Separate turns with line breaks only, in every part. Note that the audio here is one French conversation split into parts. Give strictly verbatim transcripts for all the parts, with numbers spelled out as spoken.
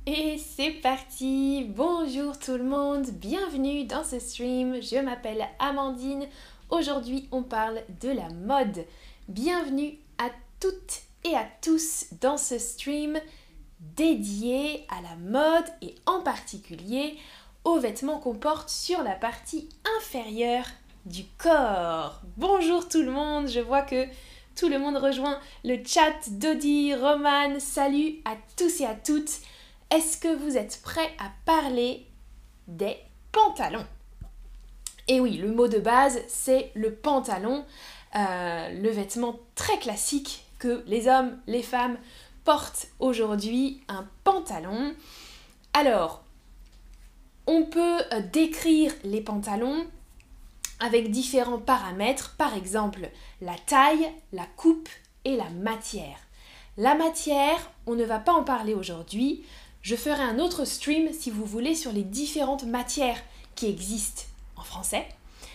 Et c'est parti! Bonjour tout le monde, bienvenue dans ce stream, je m'appelle Amandine, aujourd'hui on parle de la mode. Bienvenue à toutes et à tous dans ce stream dédié à la mode et en particulier aux vêtements qu'on porte sur la partie inférieure du corps. Bonjour tout le monde, je vois que tout le monde rejoint le chat. Dodi, Roman, salut à tous et à toutes. Est-ce que vous êtes prêts à parler des pantalons? Et oui, le mot de base, c'est le pantalon, euh, le vêtement très classique que les hommes, les femmes portent aujourd'hui, un pantalon. Alors, on peut décrire les pantalons avec différents paramètres, par exemple la taille, la coupe et la matière. La matière, on ne va pas en parler aujourd'hui. Je ferai un autre stream, si vous voulez, sur les différentes matières qui existent en français.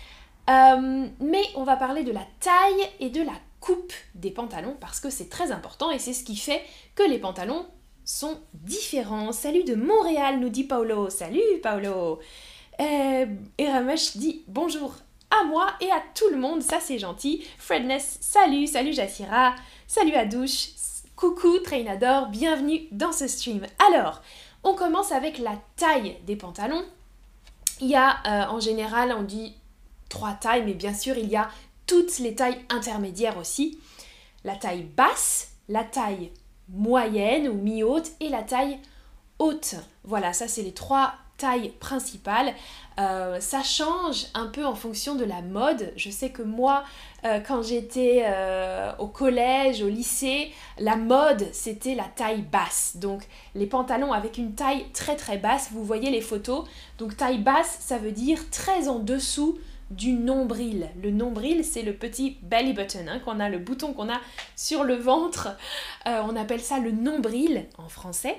Euh, mais on va parler de la taille et de la coupe des pantalons parce que c'est très important et c'est ce qui fait que les pantalons sont différents. Salut de Montréal, nous dit Paolo. Salut Paolo. Euh, et Ramesh dit bonjour à moi et à tout le monde, ça c'est gentil. Fredness, salut, salut Jassira, salut à Douche. Coucou Trainador, bienvenue dans ce stream. Alors, on commence avec la taille des pantalons. Il y a euh, en général, on dit trois tailles, mais bien sûr, il y a toutes les tailles intermédiaires aussi. La taille basse, la taille moyenne ou mi-haute et la taille haute. Voilà, ça c'est les trois tailles principales. Euh, ça change un peu en fonction de la mode. Je sais que moi, euh, quand j'étais euh, au collège, au lycée, la mode, c'était la taille basse. Donc, les pantalons avec une taille très très basse, vous voyez les photos. Donc, taille basse, ça veut dire très en dessous du nombril. Le nombril, c'est le petit belly button, hein, qu'on a, le bouton qu'on a sur le ventre. Euh, on appelle ça le nombril en français.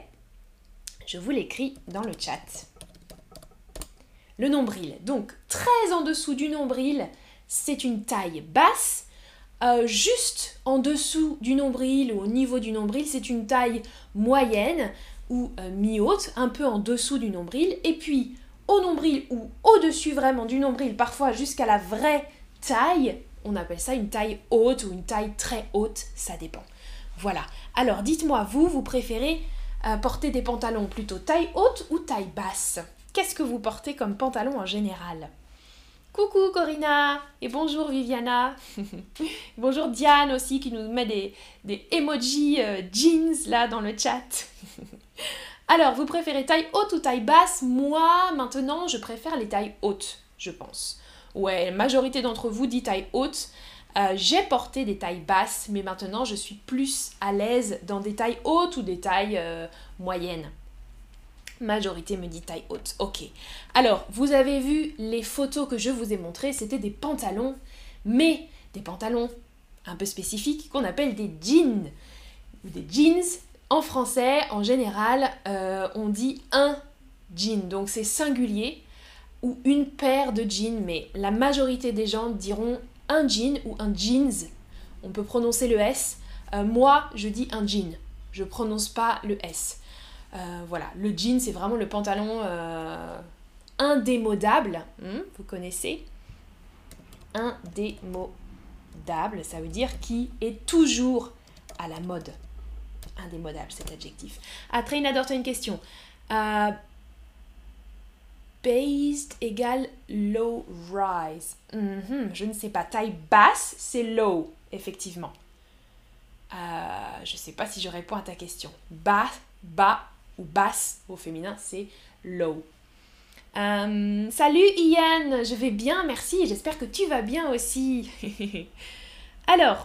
Je vous l'écris dans le chat. Le nombril. Donc, très en dessous du nombril, c'est une taille basse. Euh, juste en dessous du nombril ou au niveau du nombril, c'est une taille moyenne ou euh, mi-haute, un peu en dessous du nombril. Et puis, au nombril ou au-dessus vraiment du nombril, parfois jusqu'à la vraie taille, on appelle ça une taille haute ou une taille très haute, ça dépend. Voilà. Alors, dites-moi, vous, vous préférez euh, porter des pantalons plutôt taille haute ou taille basse ? Qu'est-ce que vous portez comme pantalon en général? Coucou Corinna et bonjour Viviana. Bonjour Diane aussi qui nous met des, des emojis euh, jeans là dans le chat. Alors, vous préférez taille haute ou taille basse? Moi, maintenant, je préfère les tailles hautes, je pense. Ouais, la majorité d'entre vous dit taille haute. Euh, j'ai porté des tailles basses, mais maintenant, je suis plus à l'aise dans des tailles hautes ou des tailles euh, moyennes. Majorité me dit taille haute. Ok. Alors, vous avez vu les photos que je vous ai montrées, c'était des pantalons, mais des pantalons un peu spécifiques qu'on appelle des jeans. Ou des jeans. En français, en général, euh, on dit un jean, donc c'est singulier, ou une paire de jeans, mais la majorité des gens diront un jean ou un jeans. On peut prononcer le S. Euh, moi, je dis un jean. Je prononce pas le S. Euh, voilà, le jean, c'est vraiment le pantalon euh, indémodable. Hum, vous connaissez? Indémodable, ça veut dire qui est toujours à la mode. Indémodable, cet adjectif. Ah, Trainador, tu as une question. Euh, based égale low rise. Mm-hmm, je ne sais pas. Taille basse, c'est low, effectivement. Euh, je ne sais pas si je réponds à ta question. Bas, bas ou basse au féminin, c'est low. Euh, salut Ian, je vais bien, merci. J'espère que tu vas bien aussi. Alors,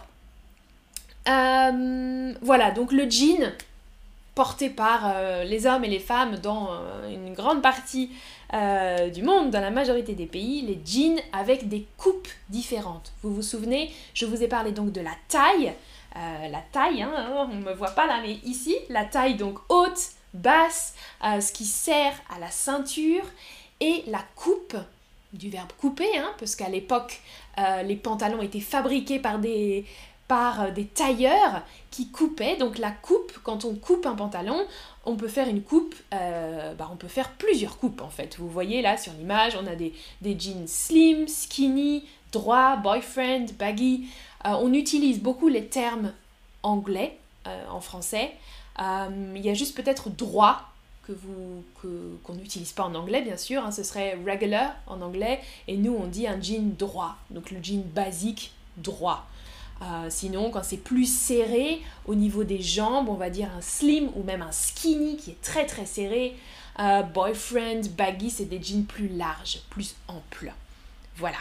Euh, voilà, donc le jean porté par euh, les hommes et les femmes dans euh, une grande partie euh, du monde, dans la majorité des pays, les jeans avec des coupes différentes. Vous vous souvenez, je vous ai parlé donc de la taille, euh, la taille, hein, on ne me voit pas là, mais ici, la taille donc haute, basse, euh, ce qui sert à la ceinture, et la coupe, du verbe couper, hein, parce qu'à l'époque, euh, les pantalons étaient fabriqués par des par des tailleurs qui coupaient. Donc la coupe, quand on coupe un pantalon, on peut faire une coupe, euh, bah on peut faire plusieurs coupes en fait. Vous voyez là sur l'image, on a des, des jeans slim, skinny, droit, boyfriend, baggy. Euh, on utilise beaucoup les termes anglais euh, en français. Euh, il y a juste peut-être droit que vous, que, qu'on n'utilise pas en anglais bien sûr, hein, ce serait regular en anglais, et nous on dit un jean droit, donc le jean basique droit. Euh, sinon, quand c'est plus serré au niveau des jambes, on va dire un slim ou même un skinny qui est très très serré. Euh, boyfriend, baggy, c'est des jeans plus larges, plus amples. Voilà.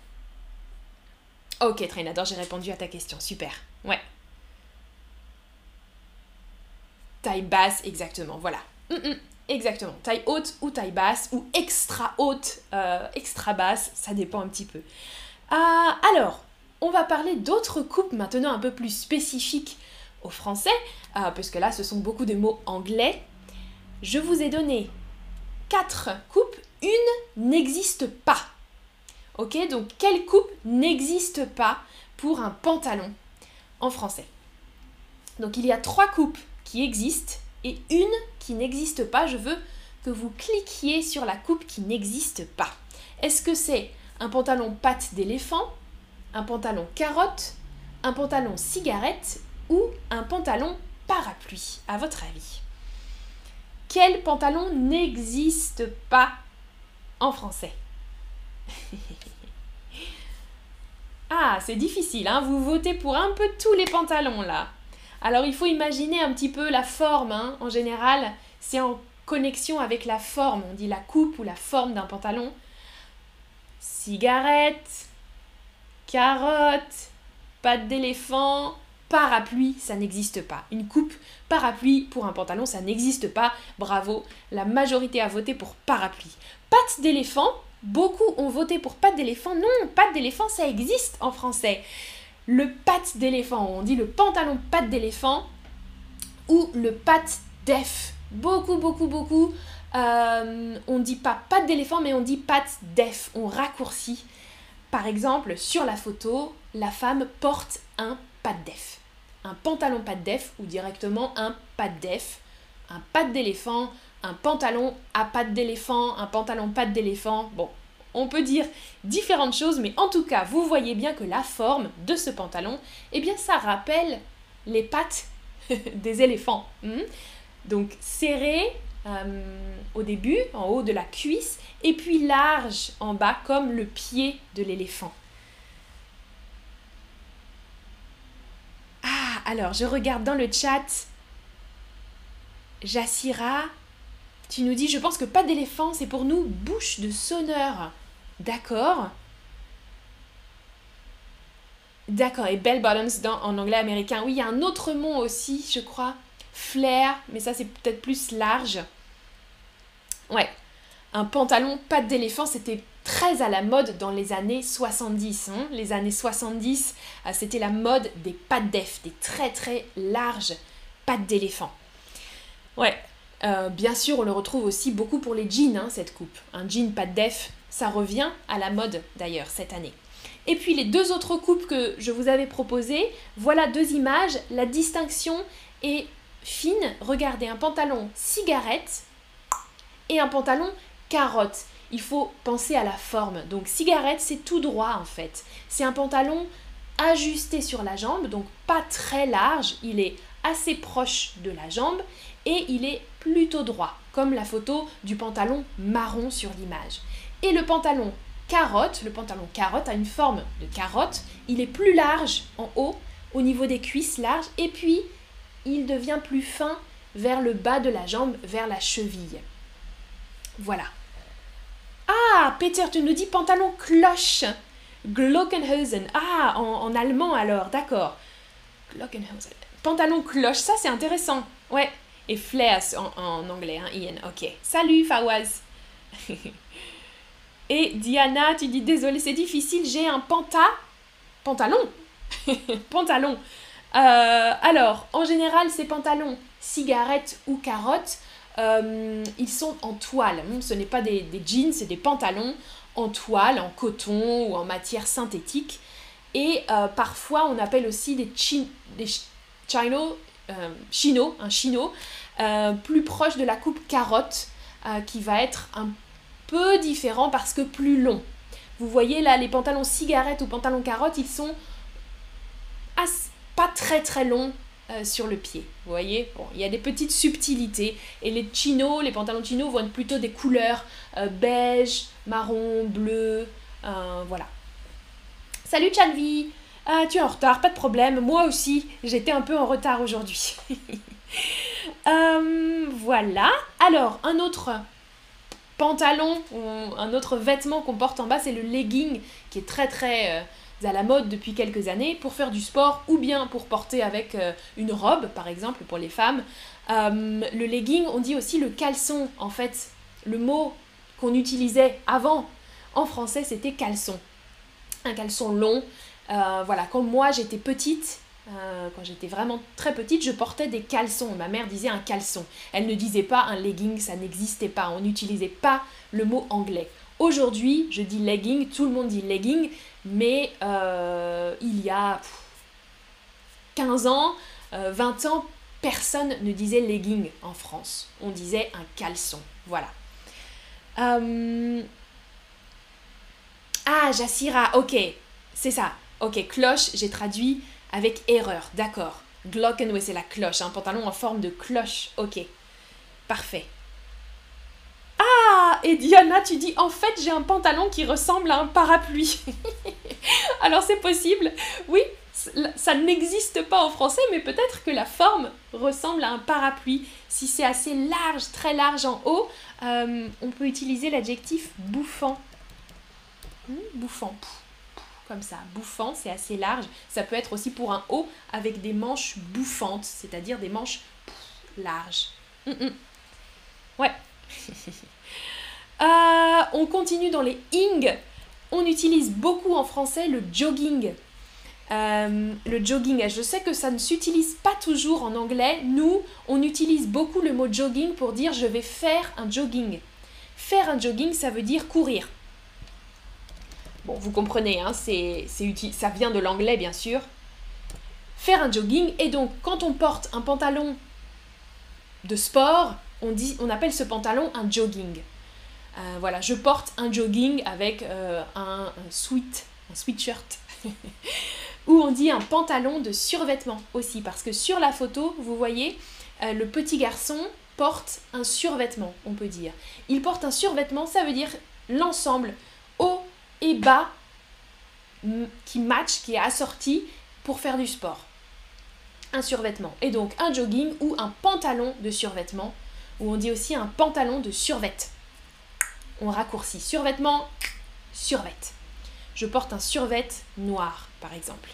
Ok, Trainador, j'ai répondu à ta question. Super. Ouais. Taille basse, exactement. Voilà. Mm-mm, exactement. Taille haute ou taille basse, ou extra haute, euh, extra basse, ça dépend un petit peu. Euh, alors... On va parler d'autres coupes maintenant un peu plus spécifiques au français, euh, parce que là ce sont beaucoup de mots anglais. Je vous ai donné quatre coupes, une n'existe pas. Ok, donc quelle coupe n'existe pas pour un pantalon en français? Donc il y a trois coupes qui existent et une qui n'existe pas. Je veux que vous cliquiez sur la coupe qui n'existe pas. Est-ce que c'est un pantalon patte d'éléphant, un pantalon carotte, un pantalon cigarette ou un pantalon parapluie, à votre avis? Quel pantalon n'existe pas en français? Ah, c'est difficile, hein? Vous votez pour un peu tous les pantalons, là. Alors, il faut imaginer un petit peu la forme, hein? En général, c'est en connexion avec la forme. On dit la coupe ou la forme d'un pantalon. Cigarette, carotte, patte d'éléphant, parapluie, ça n'existe pas. Une coupe parapluie pour un pantalon, ça n'existe pas. Bravo, la majorité a voté pour parapluie. Patte d'éléphant, beaucoup ont voté pour patte d'éléphant. Non, patte d'éléphant, ça existe en français. Le patte d'éléphant, on dit le pantalon patte d'éléphant ou le patte d'ef. Beaucoup, beaucoup, beaucoup. Euh, on dit pas patte d'éléphant, mais on dit patte d'ef. On raccourcit. Par exemple, sur la photo, la femme porte un patte d'ef. Un pantalon patte d'ef ou directement un patte d'ef. Un patte d'éléphant, un pantalon à patte d'éléphant, un pantalon patte d'éléphant. Bon, on peut dire différentes choses, mais en tout cas, vous voyez bien que la forme de ce pantalon, eh bien, ça rappelle les pattes des éléphants. Hmm? Donc, serré euh, au début, en haut de la cuisse, et puis large en bas, comme le pied de l'éléphant. Ah, alors, je regarde dans le chat. Jassira, tu nous dis, je pense que pas d'éléphant, c'est pour nous bouche de sonneur. D'accord. D'accord, et bell bottoms dans, en anglais américain. Oui, il y a un autre mot aussi, je crois. Flare, mais ça c'est peut-être plus large. Ouais, un pantalon patte d'éléphant, c'était très à la mode dans les années soixante-dix. Hein. Les années soixante-dix, euh, c'était la mode des pattes d'ef, des très très larges pattes d'éléphant. Ouais, euh, bien sûr, on le retrouve aussi beaucoup pour les jeans, hein, cette coupe. Un jean patte d'ef, ça revient à la mode d'ailleurs cette année. Et puis les deux autres coupes que je vous avais proposées, voilà deux images. La distinction est fine. Regardez, un pantalon cigarette et un pantalon carotte. Il faut penser à la forme. Donc cigarette, c'est tout droit en fait. C'est un pantalon ajusté sur la jambe, donc pas très large. Il est assez proche de la jambe et il est plutôt droit, comme la photo du pantalon marron sur l'image. Et le pantalon carotte, le pantalon carotte a une forme de carotte. Il est plus large en haut, au niveau des cuisses larges, et puis il devient plus fin vers le bas de la jambe, vers la cheville. Voilà. Ah, Peter, tu nous dis pantalon cloche. Glockenhosen. Ah, en, en allemand alors, d'accord. Glockenhosen. Pantalon cloche, ça c'est intéressant. Ouais. Et flares en, en anglais, hein, Ian. Ok. Salut, Fawaz. Et Diana, tu dis désolé, c'est difficile, j'ai un panta... Pantalon. Pantalon. Euh, alors, en général, ces pantalons, cigarettes ou carottes, euh, ils sont en toile. Ce n'est pas des, des jeans, c'est des pantalons en toile, en coton ou en matière synthétique. Et euh, parfois, on appelle aussi des, chi des chino, euh, chino, un chino, euh, plus proche de la coupe carotte, euh, qui va être un peu différent parce que plus long. Vous voyez là, les pantalons cigarettes ou pantalons carottes, ils sont pas très très longs euh, sur le pied. Vous voyez, bon, il y a des petites subtilités. Et les chinos, les pantalons chinos vont être plutôt des couleurs euh, beige, marron, bleu, euh, voilà. Salut Chanvi, ah, tu es en retard, pas de problème, moi aussi, j'étais un peu en retard aujourd'hui. euh, voilà, alors un autre pantalon, ou un autre vêtement qu'on porte en bas, c'est le legging, qui est très très euh, à la mode depuis quelques années, pour faire du sport ou bien pour porter avec euh, une robe, par exemple, pour les femmes. Euh, le legging, on dit aussi le caleçon, en fait, le mot qu'on utilisait avant en français, c'était caleçon. Un caleçon long. Euh, voilà, quand moi j'étais petite, euh, quand j'étais vraiment très petite, je portais des caleçons. Ma mère disait un caleçon. Elle ne disait pas un legging, ça n'existait pas. On n'utilisait pas le mot anglais. Aujourd'hui, je dis legging, tout le monde dit legging, mais euh, il y a quinze ans, euh, vingt ans, personne ne disait legging en France. On disait un caleçon. Voilà. Euh... Ah, Jassira, ok, c'est ça. Ok, cloche, j'ai traduit avec erreur, d'accord. Glocken, oui, c'est la cloche, un pantalon en forme de cloche, ok. Parfait. Ah, et Diana, tu dis, en fait, j'ai un pantalon qui ressemble à un parapluie. Alors, c'est possible, oui, ça n'existe pas en français, mais peut-être que la forme ressemble à un parapluie. Si c'est assez large, très large en haut, euh, on peut utiliser l'adjectif bouffant. Mmh, bouffant, comme ça, bouffant, c'est assez large. Ça peut être aussi pour un haut avec des manches bouffantes, c'est-à-dire des manches larges. Mmh, mmh. Ouais. euh, on continue dans les ing. On utilise beaucoup en français le jogging. Euh, le jogging, je sais que ça ne s'utilise pas toujours en anglais. Nous, on utilise beaucoup le mot jogging pour dire je vais faire un jogging. Faire un jogging, ça veut dire courir. Bon, vous comprenez, hein, c'est, c'est uti- ça vient de l'anglais, bien sûr. Faire un jogging, et donc, quand on porte un pantalon de sport, on, dit, on appelle ce pantalon un jogging. Euh, voilà, je porte un jogging avec euh, un, un sweat, un sweatshirt. Ou on dit un pantalon de survêtement aussi, parce que sur la photo, vous voyez, euh, le petit garçon porte un survêtement, on peut dire. Il porte un survêtement, ça veut dire l'ensemble haut et bas qui match, qui est assorti pour faire du sport. Un survêtement. Et donc un jogging ou un pantalon de survêtement, ou on dit aussi un pantalon de survêt. On raccourcit. Survêtement, survêt. Je porte un survêt noir, par exemple.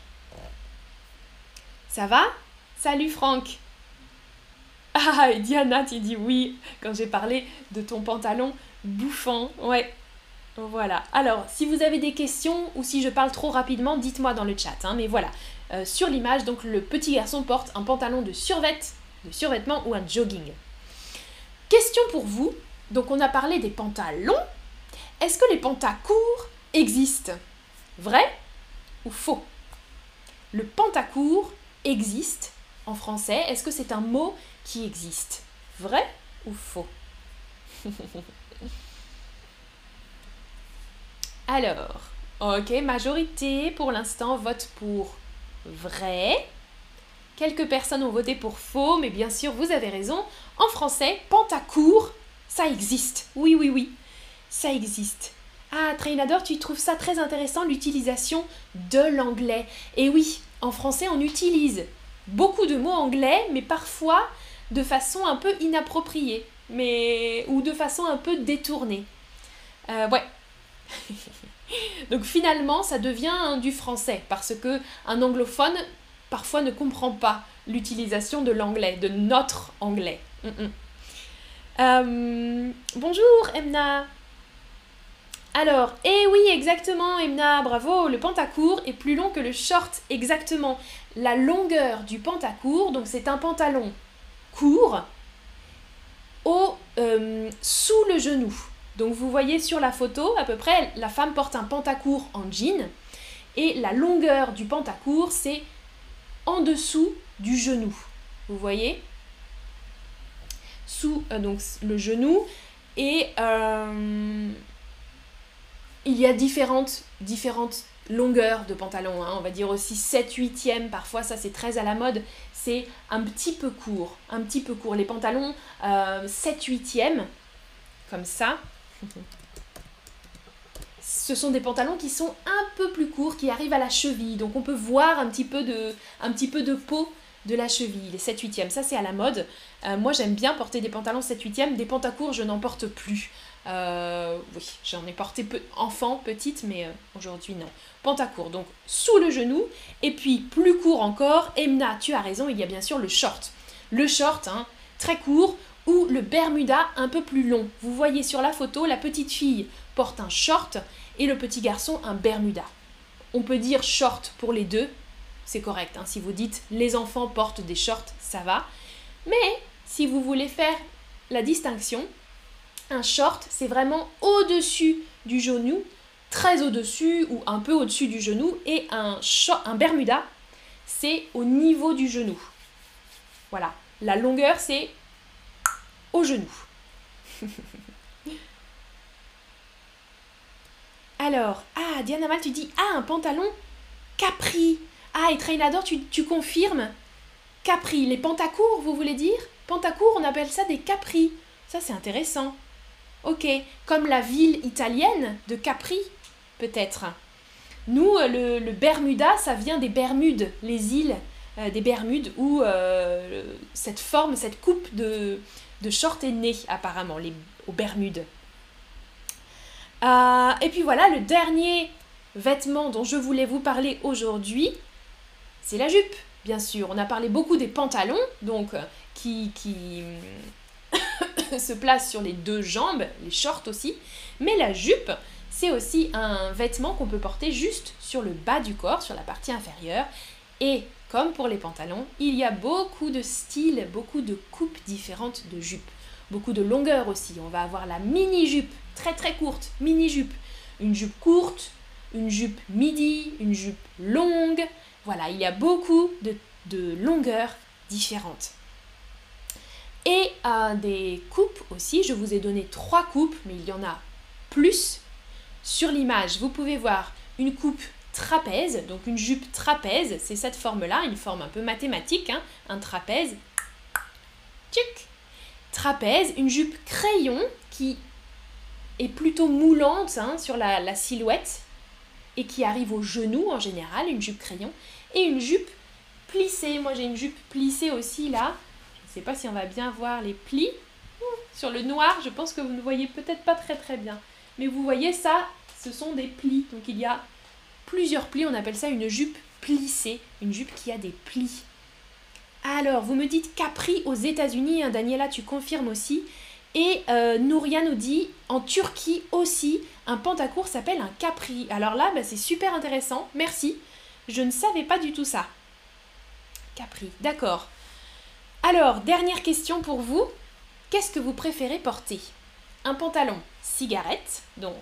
Ça va ? Salut Franck. Ah, et Diana, tu dis oui quand j'ai parlé de ton pantalon bouffant. Ouais. Voilà. Alors, si vous avez des questions ou si je parle trop rapidement, dites-moi dans le chat. Hein, mais voilà. Euh, sur l'image, donc le petit garçon porte un pantalon de survêt, de survêtement ou un jogging. Question pour vous. Donc, on a parlé des pantalons. Est-ce que les pantacourts existent ? Vrai ou faux ? Le pantacourt existe en français. Est-ce que c'est un mot qui existe ? Vrai ou faux ? Alors, ok, majorité pour l'instant vote pour vrai. Quelques personnes ont voté pour faux, mais bien sûr, vous avez raison. En français, pantacourt, ça existe. Oui, oui, oui, ça existe. Ah, Trainador, tu trouves ça très intéressant, l'utilisation de l'anglais. Et oui, en français, on utilise beaucoup de mots anglais, mais parfois de façon un peu inappropriée, mais ou de façon un peu détournée. Euh, ouais. Donc finalement, ça devient du français, parce que un anglophone, parfois, ne comprend pas l'utilisation de l'anglais, de notre anglais. Mm -mm. Euh, bonjour, Emna. Alors, eh oui, exactement, Emna, bravo, le pantacourt est plus long que le short, exactement. La longueur du pantacourt, donc c'est un pantalon court, au, euh, sous le genou. Donc vous voyez sur la photo, à peu près, la femme porte un pantacourt en jean, Et la longueur du pantacourt, c'est en dessous du genou. Vous voyez? Sous euh, donc, le genou. Et euh, il y a différentes, différentes longueurs de pantalon. Hein. On va dire aussi sept huitièmes. Parfois, ça c'est très à la mode. C'est un petit peu court. Un petit peu court. Les pantalons euh, sept huitièmes, comme ça. Ce sont des pantalons qui sont un peu plus courts, qui arrivent à la cheville. Donc on peut voir un petit peu de, un petit peu de peau de la cheville, les sept huitièmes. Ça, c'est à la mode. Euh, moi, j'aime bien porter des pantalons sept huitièmes. Des pantacourts, je n'en porte plus. Euh, oui, j'en ai porté peu, enfant, petite, mais euh, aujourd'hui, non. Pantacourt, donc sous le genou. Et puis, plus court encore. Emna, tu as raison, il y a bien sûr le short. Le short, hein, très court, ou le bermuda un peu plus long. Vous voyez sur la photo, la petite fille porte un short et le petit garçon un bermuda. On peut dire short pour les deux, c'est correct. Hein. Si vous dites les enfants portent des shorts, ça va. Mais si vous voulez faire la distinction, un short, c'est vraiment au-dessus du genou, très au-dessus ou un peu au-dessus du genou, et un, short, un bermuda, c'est au niveau du genou. Voilà, la longueur, c'est au genou. Alors, ah, Diana Mal, tu dis, ah, un pantalon capri. Ah, et Trainador, tu, tu confirmes capri. Les pantacourts, vous voulez dire? Pantacourts, on appelle ça des capri. Ça, c'est intéressant. Ok, comme la ville italienne de Capri, peut-être. Nous, le, le Bermuda, ça vient des Bermudes, les îles euh, des Bermudes, où euh, cette forme, cette coupe de, de short est née, apparemment, les, aux Bermudes. Euh, et puis voilà, le dernier vêtement dont je voulais vous parler aujourd'hui, c'est la jupe, bien sûr. On a parlé beaucoup des pantalons, donc qui, qui se placent sur les deux jambes, les shorts aussi. Mais la jupe, c'est aussi un vêtement qu'on peut porter juste sur le bas du corps, sur la partie inférieure. Et comme pour les pantalons, il y a beaucoup de styles, beaucoup de coupes différentes de jupes. Beaucoup de longueur aussi. On va avoir la mini-jupe, très très courte, mini-jupe. Une jupe courte, une jupe midi, une jupe longue. Voilà, il y a beaucoup de, de longueurs différentes. Et euh, des coupes aussi, je vous ai donné trois coupes, mais il y en a plus. Sur l'image, vous pouvez voir une coupe trapèze, donc une jupe trapèze, c'est cette forme-là, une forme un peu mathématique, hein, un trapèze. Tchic. Trapèze, une jupe crayon qui est plutôt moulante hein, sur la, la silhouette et qui arrive au genou en général, une jupe crayon, et une jupe plissée. Moi j'ai une jupe plissée aussi là, je ne sais pas si on va bien voir les plis. Sur le noir, je pense que vous ne voyez peut-être pas très très bien, mais vous voyez ça, ce sont des plis, donc il y a plusieurs plis, on appelle ça une jupe plissée, une jupe qui a des plis. Alors, vous me dites Capri aux États-Unis, hein, Daniela, tu confirmes aussi. Et euh, Nouria nous dit, en Turquie aussi, un pantacourt s'appelle un Capri. Alors là, bah, c'est super intéressant, merci. Je ne savais pas du tout ça. Capri, d'accord. Alors, dernière question pour vous. Qu'est-ce que vous préférez porter? Un pantalon cigarette, donc.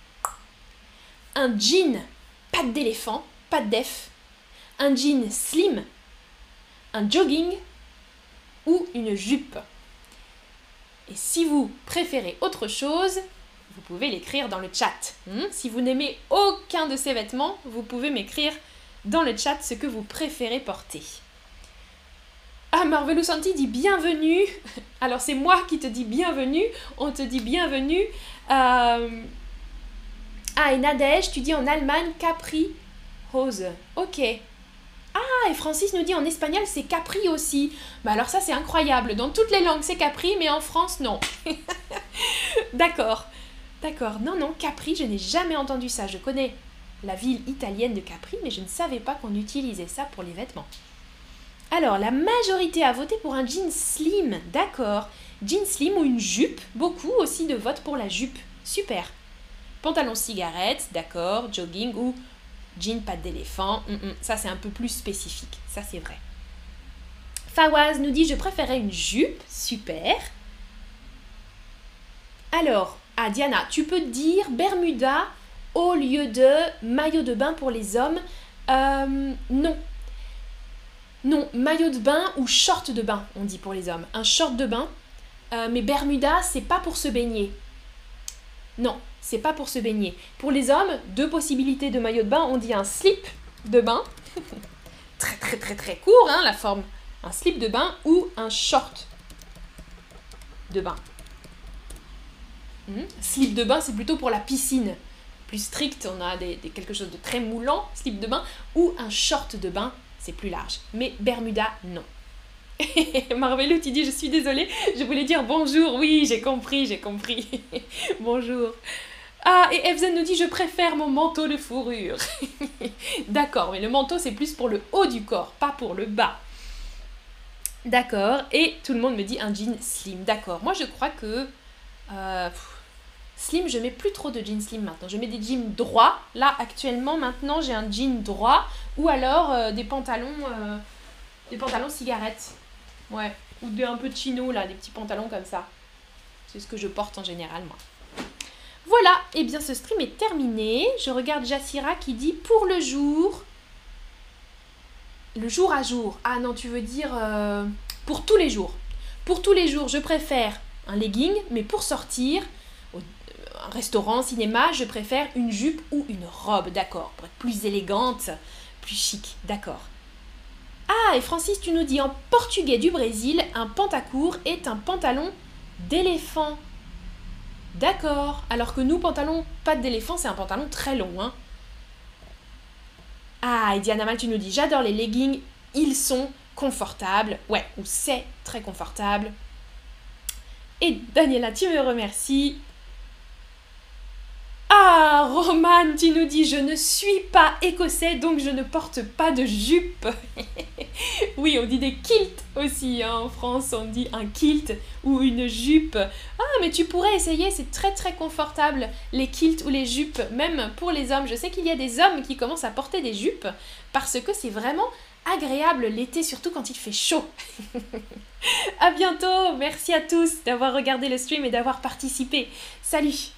Un jean patte d'éléphant, patte d'F. Un jean slim. Un jogging ou une jupe. Et si vous préférez autre chose, vous pouvez l'écrire dans le chat. Hmm? Si vous n'aimez aucun de ces vêtements, vous pouvez m'écrire dans le chat ce que vous préférez porter. Ah, Marvelous Santi dit bienvenue. Alors c'est moi qui te dis bienvenue. On te dit bienvenue. Euh... Ah, et Nadège, tu dis en Allemagne Capri Rose. Ok. Ah, et Francis nous dit en espagnol c'est Capri aussi. Bah alors ça c'est incroyable. Dans toutes les langues c'est Capri, mais en France non. D'accord. D'accord. Non, non, Capri, je n'ai jamais entendu ça. Je connais la ville italienne de Capri, mais je ne savais pas qu'on utilisait ça pour les vêtements. Alors, la majorité a voté pour un jean slim. D'accord. Jean slim ou une jupe. Beaucoup aussi de votes pour la jupe. Super. Pantalon cigarette, d'accord. Jogging ou jean patte d'éléphant, mm -mm, ça c'est un peu plus spécifique, ça c'est vrai. Fawaz nous dit je préférais une jupe, super. Alors, ah Diana, tu peux dire Bermuda au lieu de maillot de bain pour les hommes. Euh, non. Non, maillot de bain ou short de bain, on dit pour les hommes. Un short de bain. Euh, mais Bermuda, c'est pas pour se baigner. Non, c'est pas pour se baigner. Pour les hommes, deux possibilités de maillot de bain. On dit un slip de bain. Très très très très court, hein, la forme. Un slip de bain ou un short de bain. Hmm. Slip de bain, c'est plutôt pour la piscine. Plus strict, on a des, des, quelque chose de très moulant, slip de bain. Ou un short de bain, c'est plus large. Mais Bermuda, non. Marvelou, tu dis, je suis désolée, je voulais dire bonjour. Oui, j'ai compris, j'ai compris. Bonjour. Ah, et Evzen nous dit, je préfère mon manteau de fourrure. D'accord, mais le manteau, c'est plus pour le haut du corps, pas pour le bas. D'accord, et tout le monde me dit un jean slim. D'accord, moi je crois que... Euh, slim, je mets plus trop de jeans slim maintenant. Je mets des jeans droits. Là, actuellement, maintenant, j'ai un jean droit. Ou alors euh, des pantalons... Euh, des pantalons cigarettes. Ouais, ou des, un peu de chino, là, des petits pantalons comme ça. C'est ce que je porte en général, moi. Voilà, et eh bien ce stream est terminé. Je regarde Jassira qui dit pour le jour... Le jour à jour. Ah non, tu veux dire euh, pour tous les jours. Pour tous les jours, je préfère un legging, mais pour sortir, au, un restaurant, cinéma, je préfère une jupe ou une robe, d'accord. Pour être plus élégante, plus chic, d'accord. Ah, et Francis, tu nous dis en portugais du Brésil, un pantacourt est un pantalon d'éléphant. D'accord. Alors que nous, pantalon pattes d'éléphant, c'est un pantalon très long, hein. Ah, et Diana Mal, tu nous dis, j'adore les leggings, ils sont confortables. Ouais, ou c'est très confortable. Et Daniela, tu me remercies. Ah, Roman, tu nous dis, je ne suis pas écossais, donc je ne porte pas de jupe. Oui, on dit des kilts aussi, hein, en France, on dit un kilt ou une jupe. Ah, mais tu pourrais essayer, c'est très très confortable, les kilts ou les jupes, même pour les hommes. Je sais qu'il y a des hommes qui commencent à porter des jupes parce que c'est vraiment agréable l'été, surtout quand il fait chaud. À bientôt, merci à tous d'avoir regardé le stream et d'avoir participé. Salut!